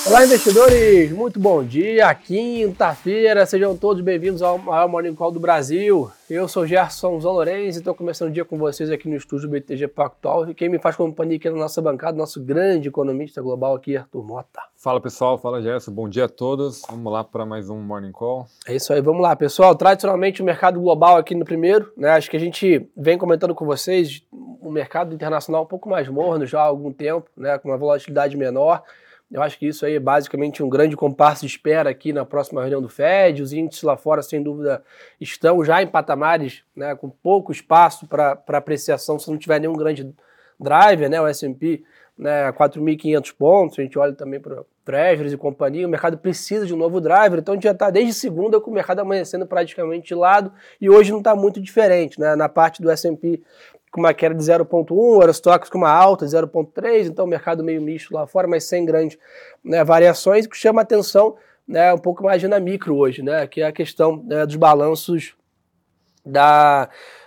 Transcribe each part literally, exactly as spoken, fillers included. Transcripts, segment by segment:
Olá, investidores! Muito bom dia, quinta-feira, sejam todos bem-vindos ao maior Morning Call do Brasil. Eu sou Gerson Zalorenzi e estou começando o dia com vocês aqui no estúdio do B T G Pactual. E quem me faz companhia aqui na nossa bancada, nosso grande economista global aqui, Arthur Mota. Fala pessoal, fala Gerson, bom dia a todos. Vamos lá para mais um Morning Call. É isso aí, vamos lá pessoal. Tradicionalmente o mercado global aqui no primeiro, né? Acho que a gente vem comentando com vocês o mercado internacional um pouco mais morno já há algum tempo, né? Com uma volatilidade menor. Eu acho que isso aí é basicamente um grande compasso de espera aqui na próxima reunião do Fed. Os índices lá fora, sem dúvida, estão já em patamares, né, com pouco espaço para apreciação se não tiver nenhum grande driver, né, o S and P, né, quatro mil e quinhentos pontos. A gente olha também para Treasuries e companhia. O mercado precisa de um novo driver, então a gente já está desde segunda com o mercado amanhecendo praticamente de lado e hoje não está muito diferente, né, na parte do S and P com uma queda de zero vírgula um, o Eurostoxx com uma alta de zero vírgula três, então o mercado meio misto lá fora, mas sem grandes, né, variações, que chama atenção, né, um pouco mais na micro hoje, né, que é a questão, né, dos balanços da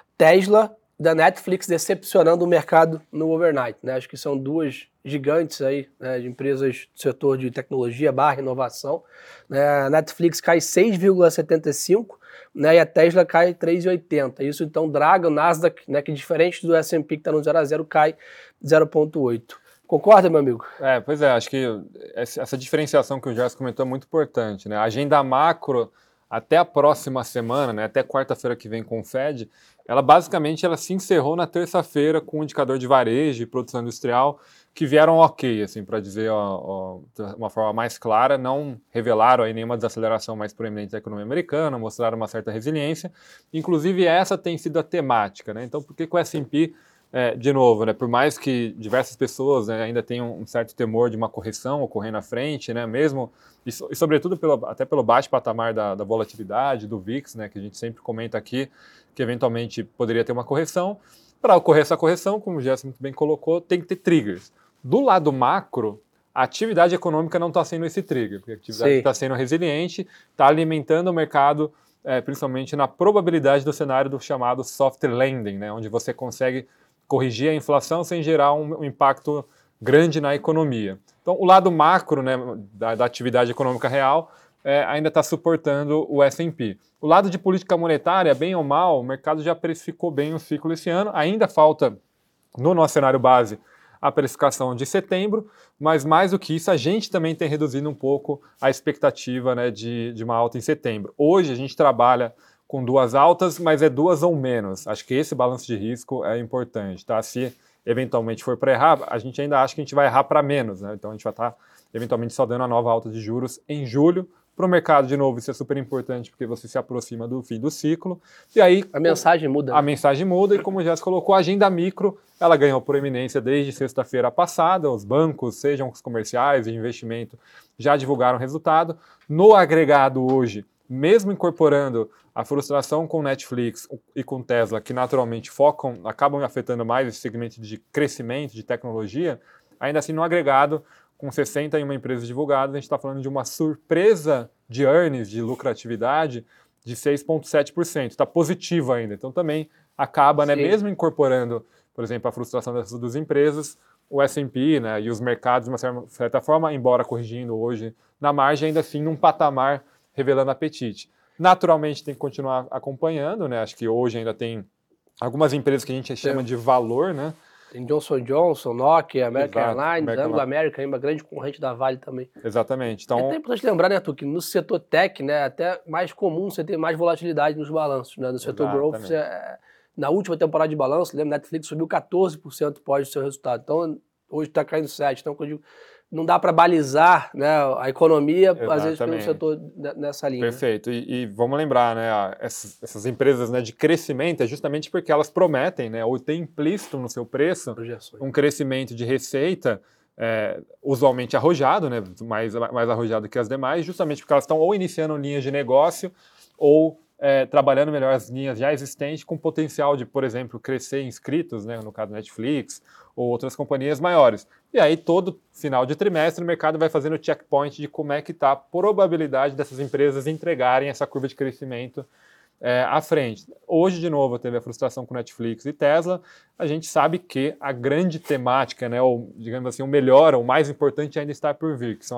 Tesla e da Netflix decepcionando o mercado no overnight, né, acho que são duas gigantes aí, né, de empresas do setor de tecnologia barra inovação, né, a Netflix cai seis vírgula setenta e cinco, né, e a Tesla cai três vírgula oitenta. Isso então draga o Nasdaq, né, que diferente do S and P que está no zero a zero, cai zero vírgula oito. Concorda, meu amigo? É, pois é, acho que essa diferenciação que o Gerson comentou é muito importante, né? A agenda macro até a próxima semana, né, até quarta-feira que vem com o Fed, ela basicamente ela se encerrou na terça-feira com o indicador de varejo e produção industrial que vieram ok, assim, para dizer ó, ó, de uma forma mais clara, não revelaram aí nenhuma desaceleração mais proeminente da economia americana, mostraram uma certa resiliência, inclusive essa tem sido a temática, né? Então por que que o S and P, é, de novo, né, por mais que diversas pessoas, né, ainda tenham um certo temor de uma correção ocorrendo à frente, né, mesmo, e, so, e sobretudo pelo, até pelo baixo patamar da, da volatilidade, do V I X, né, que a gente sempre comenta aqui, que eventualmente poderia ter uma correção. Para ocorrer essa correção, como o Gerson muito bem colocou, tem que ter triggers. Do lado macro, a atividade econômica não está sendo esse trigger, porque a atividade está sendo resiliente, está alimentando o mercado, é, principalmente na probabilidade do cenário do chamado soft landing, né, onde você consegue corrigir a inflação sem gerar um, um impacto grande na economia. Então, o lado macro, né, da, da atividade econômica real é, ainda está suportando o S and P. O lado de política monetária, bem ou mal, o mercado já precificou bem o ciclo esse ano, ainda falta, no nosso cenário base, a precificação de setembro, mas mais do que isso, a gente também tem reduzido um pouco a expectativa, né, de, de uma alta em setembro. Hoje a gente trabalha com duas altas, mas é duas ou menos. Acho que esse balanço de risco é importante, tá? Se eventualmente for para errar, a gente ainda acha que a gente vai errar para menos, né? Então a gente vai estar eventualmente só dando a nova alta de juros em julho. Para o mercado, de novo, isso é super importante porque você se aproxima do fim do ciclo. E aí a mensagem muda. A mensagem muda e, como já se colocou, a agenda micro, ela ganhou proeminência desde sexta-feira passada. Os bancos, sejam os comerciais de investimento, já divulgaram resultado. No agregado hoje, mesmo incorporando a frustração com Netflix e com Tesla, que naturalmente focam, acabam afetando mais esse segmento de crescimento, de tecnologia, ainda assim no agregado, com sessenta e uma empresas divulgadas, a gente está falando de uma surpresa de earnings, de lucratividade, de seis vírgula sete por cento. Está positivo ainda. Então também acaba, né, mesmo incorporando, por exemplo, a frustração dessas duas empresas, o S and P, né, e os mercados, de uma certa forma, embora corrigindo hoje na margem, ainda assim num patamar revelando apetite. Naturalmente tem que continuar acompanhando, né? Acho que hoje ainda tem algumas empresas que a gente chama de valor, né? Tem Johnson and Johnson, Nokia, American Exato, Airlines, American... Anglo American, uma grande concorrente da Vale também. Exatamente. Então... É até importante lembrar, né, Arthur, que no setor tech, né, até mais comum você ter mais volatilidade nos balanços, né? No setor growth, você, na última temporada de balanço, lembra, Netflix subiu quatorze por cento pós o seu resultado. Então, hoje está caindo sete por cento. Então, quando eu digo, não dá para balizar, né, a economia, exatamente, às vezes, pelo setor nessa linha. Perfeito. Né? E, e vamos lembrar, né, essas, essas empresas, né, de crescimento é justamente porque elas prometem, né, ou tem implícito no seu preço projeções, um crescimento de receita é, usualmente arrojado, né, mais, mais arrojado que as demais, justamente porque elas estão ou iniciando linhas de negócio ou é, trabalhando melhor as linhas já existentes com potencial de, por exemplo, crescer em inscritos, né, no caso Netflix ou outras companhias maiores. E aí, todo final de trimestre, o mercado vai fazendo o checkpoint de como é que está a probabilidade dessas empresas entregarem essa curva de crescimento é, à frente. Hoje, de novo, teve a frustração com Netflix e Tesla. A gente sabe que a grande temática, né, ou, digamos assim, o melhor, o mais importante ainda está por vir, que são as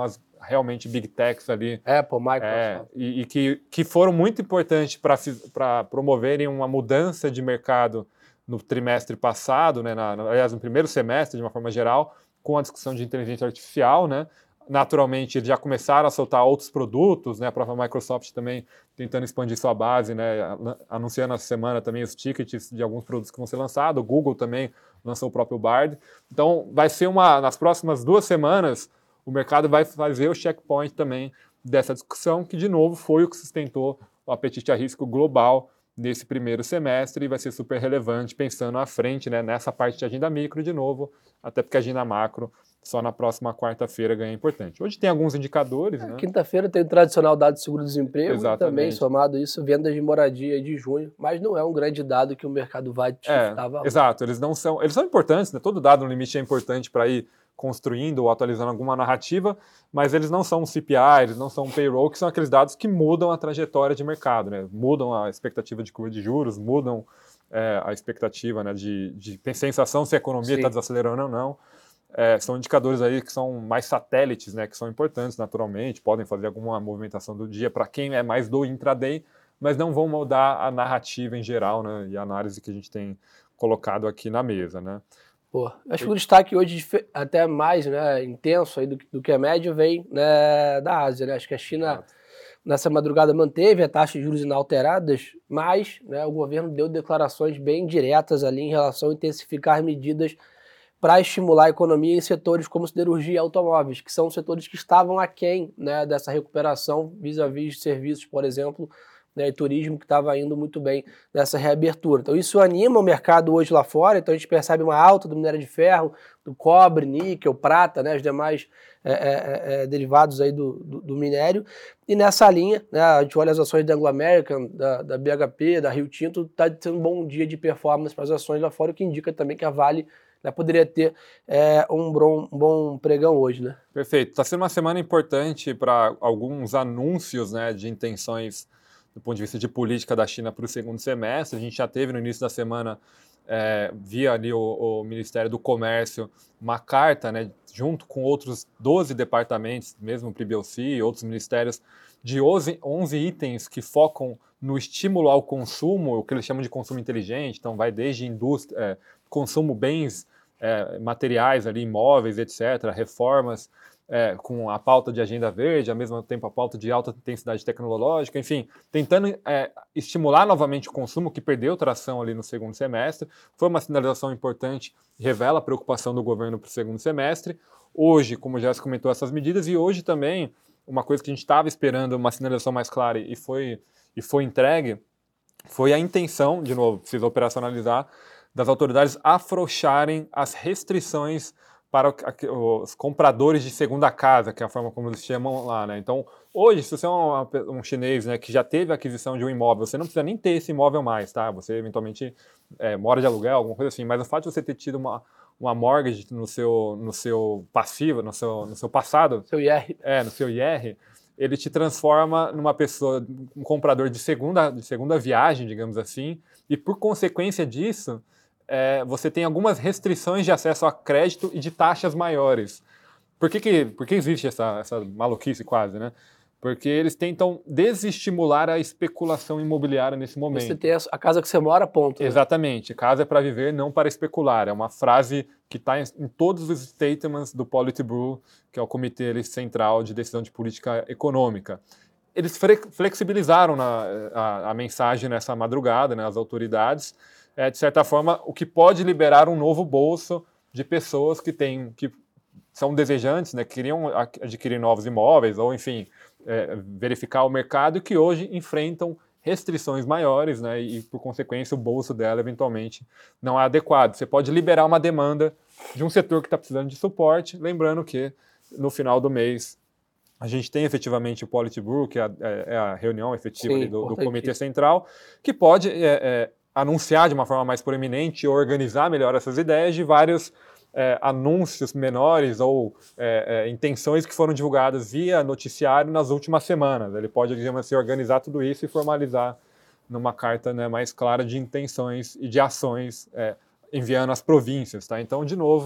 realmente big techs ali. Apple, Microsoft. É, e e que, que foram muito importantes para promoverem uma mudança de mercado no trimestre passado, né, na, aliás, no primeiro semestre, de uma forma geral, com a discussão de inteligência artificial, né? Naturalmente, eles já começaram a soltar outros produtos, né? A própria Microsoft também tentando expandir sua base, né? Anunciando essa semana também os tickets de alguns produtos que vão ser lançados. O Google também lançou o próprio Bard. Então, vai ser uma... Nas próximas duas semanas, o mercado vai fazer o checkpoint também dessa discussão, que, de novo, foi o que sustentou o apetite a risco global nesse primeiro semestre e vai ser super relevante pensando à frente, né? Nessa parte de agenda micro, de novo, até porque a agenda macro só na próxima quarta-feira ganha importante. Hoje tem alguns indicadores, É, né? Quinta-feira tem o tradicional dado de seguro-desemprego e Exatamente. também, somado isso, vendas de moradia de junho, mas não é um grande dado que o mercado vai shiftar É, valor. exato, eles não são, eles são importantes, né? Todo dado no limite é importante para ir construindo ou atualizando alguma narrativa, mas eles não são um C P I, eles não são um payroll, que são aqueles dados que mudam a trajetória de mercado, né? Mudam a expectativa de curva de juros, mudam é, a expectativa, né, de, de sensação se a economia está desacelerando ou não. É, são indicadores aí que são mais satélites, né, que são importantes naturalmente, podem fazer alguma movimentação do dia para quem é mais do intraday, mas não vão mudar a narrativa em geral, né, e a análise que a gente tem colocado aqui na mesa, né. Pô, acho que o destaque hoje até mais, né, intenso aí do, do que a média vem, né, da Ásia, né? Acho que a China Exato. Nessa madrugada manteve a taxa de juros inalteradas, mas, né, o governo deu declarações bem diretas ali em relação a intensificar medidas para estimular a economia em setores como siderurgia e automóveis, que são setores que estavam aquém, né, dessa recuperação vis-à-vis de serviços, por exemplo, né, e turismo, que estava indo muito bem nessa reabertura. Então isso anima o mercado hoje lá fora, então a gente percebe uma alta do minério de ferro, do cobre, níquel, prata, né, os demais é, é, é, derivados aí do, do, do minério, e nessa linha, né, a gente olha as ações da Anglo American, da, da B H P, da Rio Tinto, está sendo um bom dia de performance para as ações lá fora, o que indica também que a Vale, né, poderia ter é, um, bom, um bom pregão hoje, né? Perfeito. Está sendo uma semana importante para alguns anúncios, né, de intenções do ponto de vista de política da China para o segundo semestre. A gente já teve no início da semana, é, via ali o, o Ministério do Comércio, uma carta, né, junto com outros doze departamentos, mesmo o P B O C e outros ministérios, de onze itens que focam no estímulo ao consumo, o que eles chamam de consumo inteligente. Então vai desde indústria, é, consumo bens é, materiais, ali, imóveis, etcétera, reformas, É, com a pauta de agenda verde, ao mesmo tempo a pauta de alta intensidade tecnológica, enfim, tentando é, estimular novamente o consumo, que perdeu tração ali no segundo semestre. Foi uma sinalização importante, revela a preocupação do governo para o segundo semestre. Hoje, como já se comentou, essas medidas, e hoje também, uma coisa que a gente estava esperando, uma sinalização mais clara e foi, e foi entregue, foi a intenção, de novo, precisa operacionalizar, das autoridades afrouxarem as restrições para os compradores de segunda casa, que é a forma como eles chamam lá, né? Então, hoje, se você é um, um chinês, né, que já teve a aquisição de um imóvel, você não precisa nem ter esse imóvel mais, tá? Você, eventualmente, é, mora de aluguel, alguma coisa assim, mas o fato de você ter tido uma, uma mortgage no seu, no seu passivo, no seu, no seu passado... Seu I R. É, no seu I R, ele te transforma numa pessoa, um comprador de segunda, de segunda viagem, digamos assim, e por consequência disso... É, você tem algumas restrições de acesso a crédito e de taxas maiores. Por que, que, por que existe essa, essa maluquice quase, né? Porque eles tentam desestimular a especulação imobiliária nesse momento. Você tem a casa que você mora, ponto. Né? Exatamente. Casa é para viver, não para especular. É uma frase que está em, em todos os statements do Politburo, que é o Comitê Central de Decisão de Política Econômica. Eles flexibilizaram na, a, a mensagem nessa madrugada, né, as autoridades, É, de certa forma, o que pode liberar um novo bolso de pessoas que têm, que são desejantes, né, que queriam adquirir novos imóveis, ou, enfim, é, verificar o mercado, e que hoje enfrentam restrições maiores, né, e, por consequência, o bolso dela, eventualmente, não é adequado. Você pode liberar uma demanda de um setor que está precisando de suporte, lembrando que, no final do mês, a gente tem efetivamente o Politburo, que é a, é a reunião efetiva Sim, ali do, do Comitê Central, que pode... É, é, anunciar de uma forma mais proeminente, organizar melhor essas ideias de vários é, anúncios menores ou é, é, intenções que foram divulgadas via noticiário nas últimas semanas. Ele pode, digamos assim, organizar tudo isso e formalizar numa carta, né, mais clara de intenções e de ações, é, enviando às províncias. Tá? Então, de novo,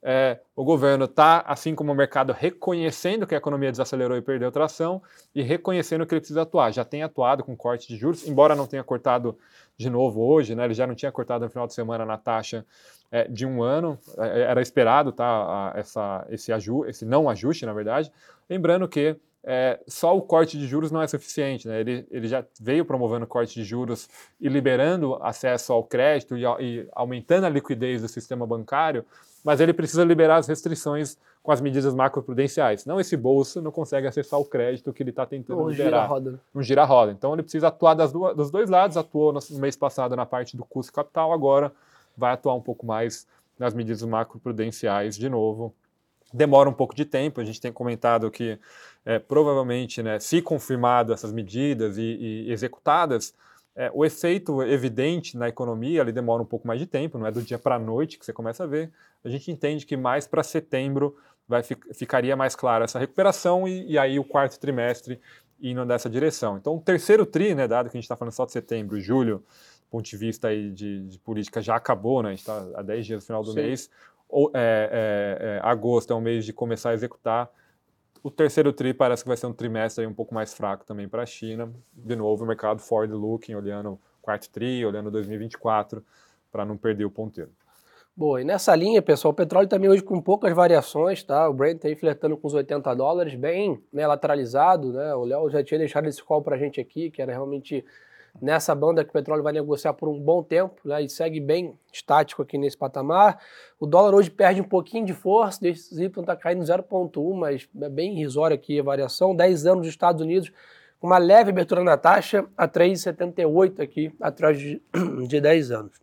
É, o governo está, assim como o mercado, reconhecendo que a economia desacelerou e perdeu tração e reconhecendo que ele precisa atuar. Já tem atuado com corte de juros, embora não tenha cortado de novo hoje, né? Ele já não tinha cortado no final de semana na taxa é, de um ano, é, era esperado, tá? A, essa, esse, aju, esse não ajuste, na verdade. Lembrando que é, só o corte de juros não é suficiente, né? Ele, ele já veio promovendo corte de juros e liberando acesso ao crédito e, e aumentando a liquidez do sistema bancário, mas ele precisa liberar as restrições com as medidas macroprudenciais. Senão esse bolso não consegue acessar o crédito que ele está tentando Não liberar. gira a roda. Não gira a roda. Então ele precisa atuar das duas, dos dois lados, atuou no, no mês passado na parte do custo capital, agora vai atuar um pouco mais nas medidas macroprudenciais de novo. Demora um pouco de tempo, a gente tem comentado que é, provavelmente, né, se confirmado essas medidas e, e executadas, é, o efeito evidente na economia ele demora um pouco mais de tempo, não é do dia para a noite que você começa a ver. A gente entende que mais para setembro vai, ficaria mais clara essa recuperação e, e aí o quarto trimestre indo nessa direção. Então o terceiro tri, né, dado que a gente está falando só de setembro, julho, do ponto de vista aí de, de política já acabou, né, a gente está há dez dias no final do Sim. mês, ou, é, é, é, agosto é um mês de começar a executar. O terceiro tri parece que vai ser um trimestre aí um pouco mais fraco também para a China. De novo, o mercado forward looking, olhando o quarto tri, olhando dois mil e vinte e quatro, para não perder o ponteiro. Boa, e nessa linha, pessoal, o petróleo também hoje com poucas variações, tá? O Brent tá aí flertando com os oitenta dólares, bem, né, lateralizado, né? O Léo já tinha deixado esse call pra gente aqui, que era realmente nessa banda que o petróleo vai negociar por um bom tempo, né? E segue bem estático aqui nesse patamar. O dólar hoje perde um pouquinho de força, esse Y tá caindo zero vírgula um, mas é bem irrisória aqui a variação. dez anos dos Estados Unidos com uma leve abertura na taxa a três vírgula setenta e oito aqui, atrás de, de dez anos.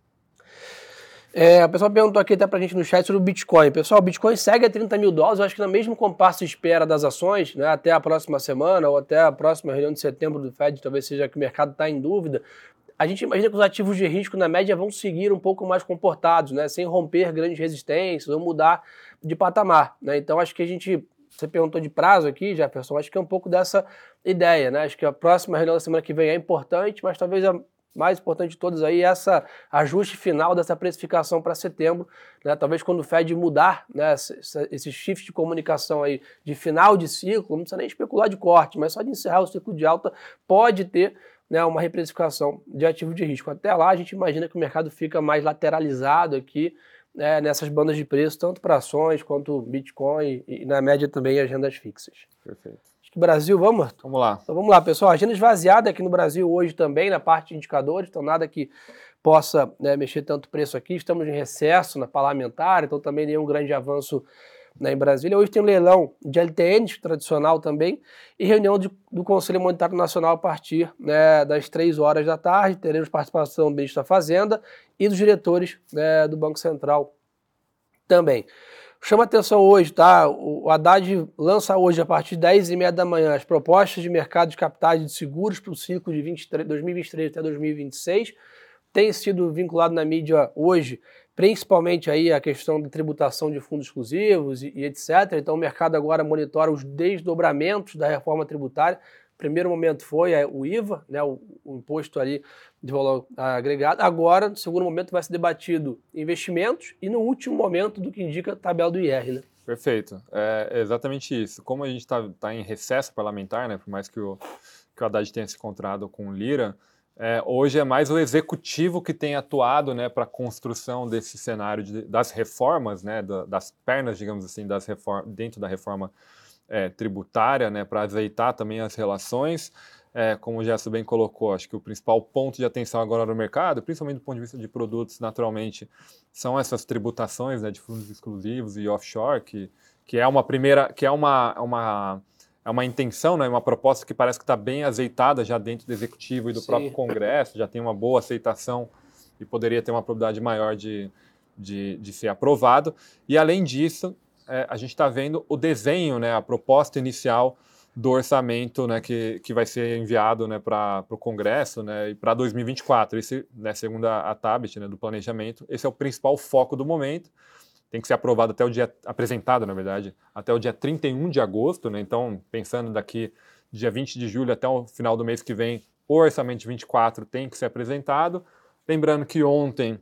É, o pessoal perguntou aqui até pra gente no chat sobre o Bitcoin. Pessoal, o Bitcoin segue a trinta mil dólares, eu acho que no mesmo compasso de espera das ações, né, até a próxima semana ou até a próxima reunião de setembro do Fed, talvez seja que o mercado está em dúvida. A gente imagina que os ativos de risco, na média, vão seguir um pouco mais comportados, né, sem romper grandes resistências ou mudar de patamar, né? Então acho que a gente, você perguntou de prazo aqui, Jefferson, acho que é um pouco dessa ideia, né? Acho que a próxima reunião da semana que vem é importante, mas talvez a mais importante de todos aí, essa ajuste final dessa precificação para setembro, né? Talvez quando o Fed mudar, né, esse, esse shift de comunicação aí de final de ciclo, não precisa nem especular de corte, mas só de encerrar o ciclo de alta pode ter, né, uma reprecificação de ativo de risco. Até lá a gente imagina que o mercado fica mais lateralizado aqui, né, nessas bandas de preço, tanto para ações quanto Bitcoin e, e na média também agendas fixas. Perfeito. Brasil, vamos? Vamos lá. Então vamos lá, pessoal. Agenda esvaziada aqui no Brasil hoje também, na parte de indicadores, então nada que possa, né, mexer tanto preço aqui. Estamos em recesso na parlamentar, então também nenhum grande avanço, né, em Brasília. Hoje tem um leilão de L T Ns, tradicional também, e reunião de, do Conselho Monetário Nacional a partir, né, das três horas da tarde. Teremos participação do ministro da Fazenda e dos diretores, né, do Banco Central também. Chama atenção hoje, tá? O Haddad lança hoje, a partir de dez e meia da manhã, as propostas de mercado de capitais e de seguros para o ciclo de vinte e três, dois mil e vinte e três até dois mil e vinte e seis. Tem sido vinculado na mídia hoje, principalmente aí a questão da tributação de fundos exclusivos e, e etcétera. Então o mercado agora monitora os desdobramentos da reforma tributária. O primeiro momento foi é, o I V A, né, o, o imposto ali de valor agregado. Agora, no segundo momento, vai ser debatido investimentos e no último momento do que indica a tabela do I R, né? Perfeito. É exatamente isso. Como a gente está tá em recesso parlamentar, né, por mais que o, que o Haddad tenha se encontrado com o Lira, é, hoje é mais o executivo que tem atuado, né, para a construção desse cenário de, das reformas, né, da, das pernas, digamos assim, das reform, dentro da reforma é, tributária, né, para azeitar também as relações. É, como o Gerson bem colocou, acho que o principal ponto de atenção agora no mercado, principalmente do ponto de vista de produtos, naturalmente, são essas tributações, né, de fundos exclusivos e offshore, que, que é uma primeira, que é uma, uma, é uma intenção, né, uma proposta que parece que está bem azeitada já dentro do Executivo e do Sim. próprio Congresso, já tem uma boa aceitação e poderia ter uma probabilidade maior de, de, de ser aprovado. E, além disso, é, a gente está vendo o desenho, né, a proposta inicial do orçamento, né, que, que vai ser enviado, né, para o Congresso, né, e para dois mil e vinte e quatro. Esse, né, segundo a, a Tabet, né, do planejamento, esse é o principal foco do momento. Tem que ser aprovado até o dia, apresentado, na verdade, até o dia trinta e um de agosto, né, então, pensando daqui dia vinte de julho até o final do mês que vem, o orçamento de vinte e quatro tem que ser apresentado. Lembrando que ontem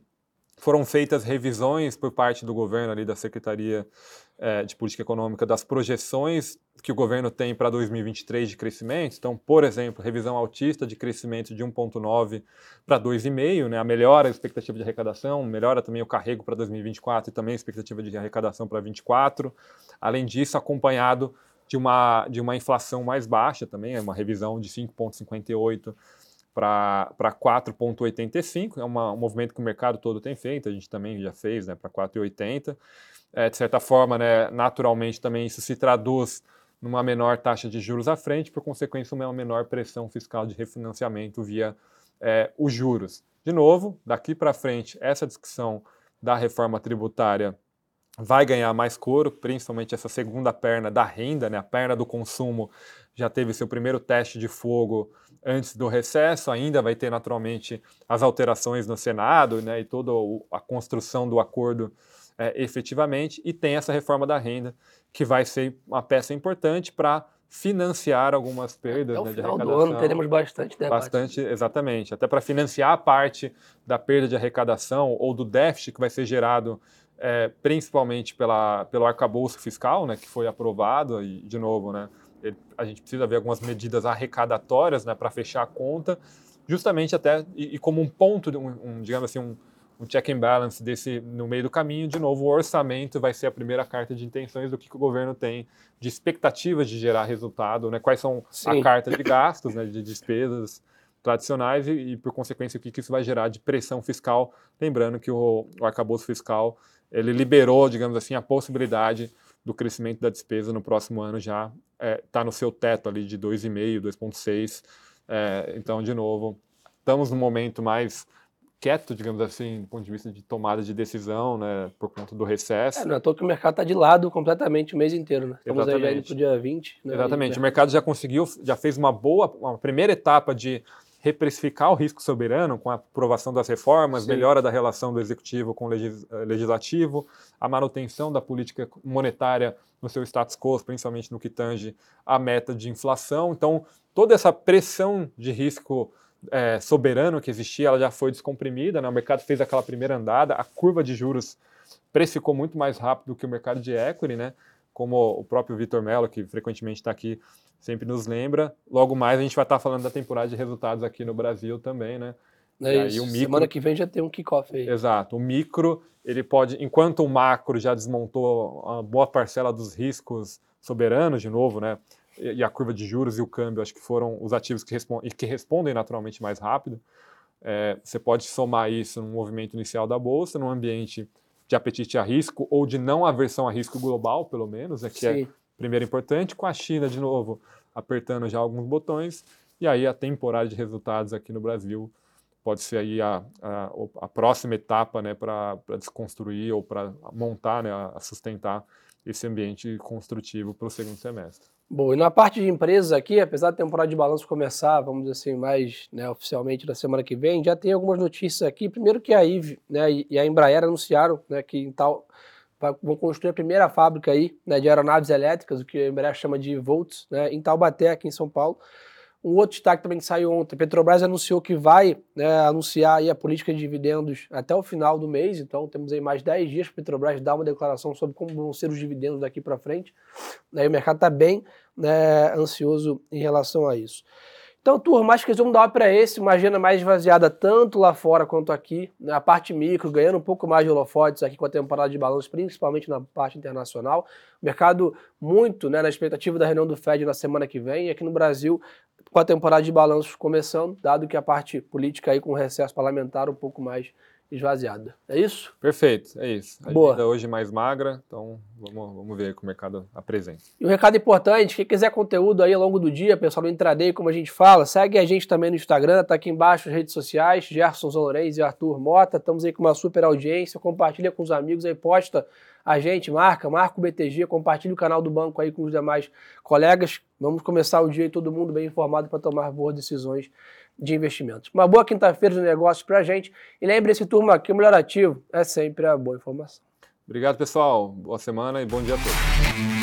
foram feitas revisões por parte do governo, ali da Secretaria é, de Política Econômica, das projeções que o governo tem para dois mil e vinte e três de crescimento. Então, por exemplo, revisão altista de crescimento de um vírgula nove para dois vírgula cinco, né? A melhora a expectativa de arrecadação, melhora também o carrego para dois mil e vinte e quatro e também a expectativa de arrecadação para vinte e quatro. Além disso, acompanhado de uma, de uma inflação mais baixa também, é uma revisão de cinco vírgula cinquenta e oito para quatro vírgula oitenta e cinco, é uma, um movimento que o mercado todo tem feito, a gente também já fez, né, para quatro vírgula oitenta. É, de certa forma, né, naturalmente também isso se traduz numa menor taxa de juros à frente, por consequência uma menor pressão fiscal de refinanciamento via é, os juros. De novo, daqui para frente, essa discussão da reforma tributária vai ganhar mais coro, principalmente essa segunda perna da renda, né, a perna do consumo já teve seu primeiro teste de fogo antes do recesso, ainda vai ter naturalmente as alterações no Senado, né, e toda a construção do acordo é, efetivamente, e tem essa reforma da renda, que vai ser uma peça importante para financiar algumas perdas, Até né, o de final do arrecadação. ano teremos bastante debate. Bastante, exatamente. Até para financiar a parte da perda de arrecadação ou do déficit que vai ser gerado é, principalmente pela, pelo arcabouço fiscal, né, que foi aprovado, e, de novo, né, ele, a gente precisa ver algumas medidas arrecadatórias, né, para fechar a conta, justamente até, e, e como um ponto, um, um, digamos assim, um, um check and balance desse, no meio do caminho, de novo, o orçamento vai ser a primeira carta de intenções do que, que o governo tem de expectativas de gerar resultado, né, quais são Sim. a carta de gastos, né, de despesas tradicionais e, e, por consequência, o que, que isso vai gerar de pressão fiscal, lembrando que o, o arcabouço fiscal, ele liberou, digamos assim, a possibilidade do crescimento da despesa no próximo ano já está é, no seu teto ali de dois vírgula cinco, dois vírgula seis, é, então, de novo, estamos num momento mais quieto, digamos assim, do ponto de vista de tomada de decisão, né, por conta do recesso. É, não é à toa que o mercado está de lado completamente o mês inteiro, né? Estamos Exatamente. aí já indo para o dia vinte. Né? Exatamente, o mercado já conseguiu, já fez uma boa, uma primeira etapa de reprecificar o risco soberano com a aprovação das reformas, Sim. melhora da relação do executivo com o legis, legislativo, a manutenção da política monetária no seu status quo, principalmente no que tange a meta de inflação. Então, toda essa pressão de risco é, soberano que existia, ela já foi descomprimida, né? O mercado fez aquela primeira andada, a curva de juros precificou muito mais rápido que o mercado de equity, né? Como o próprio Vitor Mello, que frequentemente está aqui, sempre nos lembra. Logo mais a gente vai estar falando da temporada de resultados aqui no Brasil também, né? É e isso. Aí, o micro... Semana que vem já tem um kickoff aí. Exato. O micro, ele pode, enquanto o macro já desmontou uma boa parcela dos riscos soberanos, de novo, né? E a curva de juros e o câmbio, acho que foram os ativos que, respondem, que respondem naturalmente mais rápido. É, você pode somar isso no movimento inicial da Bolsa, num ambiente de apetite a risco ou de não aversão a risco global, pelo menos, né, que Sim. é primeiro importante, com a China, de novo, apertando já alguns botões, e aí a temporada de resultados aqui no Brasil pode ser aí a, a, a próxima etapa, né, para desconstruir ou para montar, né, a sustentar esse ambiente construtivo para o segundo semestre. Bom, e na parte de empresas aqui, apesar da temporada de balanço começar, vamos dizer assim, mais né, oficialmente na semana que vem, já tem algumas notícias aqui. Primeiro que a I V E né, e a Embraer anunciaram né, que em tal, vão construir a primeira fábrica aí, né, de aeronaves elétricas, o que a Embraer chama de Volts, né, em Taubaté, aqui em São Paulo. Um outro destaque também que saiu ontem, a Petrobras anunciou que vai né, anunciar aí a política de dividendos até o final do mês, então temos aí mais dez dias para a Petrobras dar uma declaração sobre como vão ser os dividendos daqui para frente. Aí o mercado está bem né, ansioso em relação a isso. Então, turma, acho que vamos dar para esse, uma agenda mais esvaziada tanto lá fora quanto aqui, né, a parte micro, ganhando um pouco mais de holofotes aqui com a temporada de balanço, principalmente na parte internacional. O mercado muito né, na expectativa da reunião do Fed na semana que vem, e aqui no Brasil, com a temporada de balanços começando, dado que a parte política aí com o recesso parlamentar um pouco mais esvaziada. É isso? Perfeito, é isso. A Boa. agenda hoje mais magra, então vamos, vamos ver o que o mercado apresenta. E um recado importante, quem quiser conteúdo aí ao longo do dia, pessoal do intraday, como a gente fala, segue a gente também no Instagram, tá aqui embaixo as redes sociais, Gerson Zolorenz e Arthur Mota, estamos aí com uma super audiência, compartilha com os amigos aí, posta a gente, marca, marca o B T G, compartilha o canal do banco aí com os demais colegas, vamos começar o dia aí todo mundo bem informado para tomar boas decisões de investimentos. Uma boa quinta-feira de negócios pra gente. E lembre-se, turma, que o melhor ativo é sempre a boa informação. Obrigado, pessoal. Boa semana e bom dia a todos.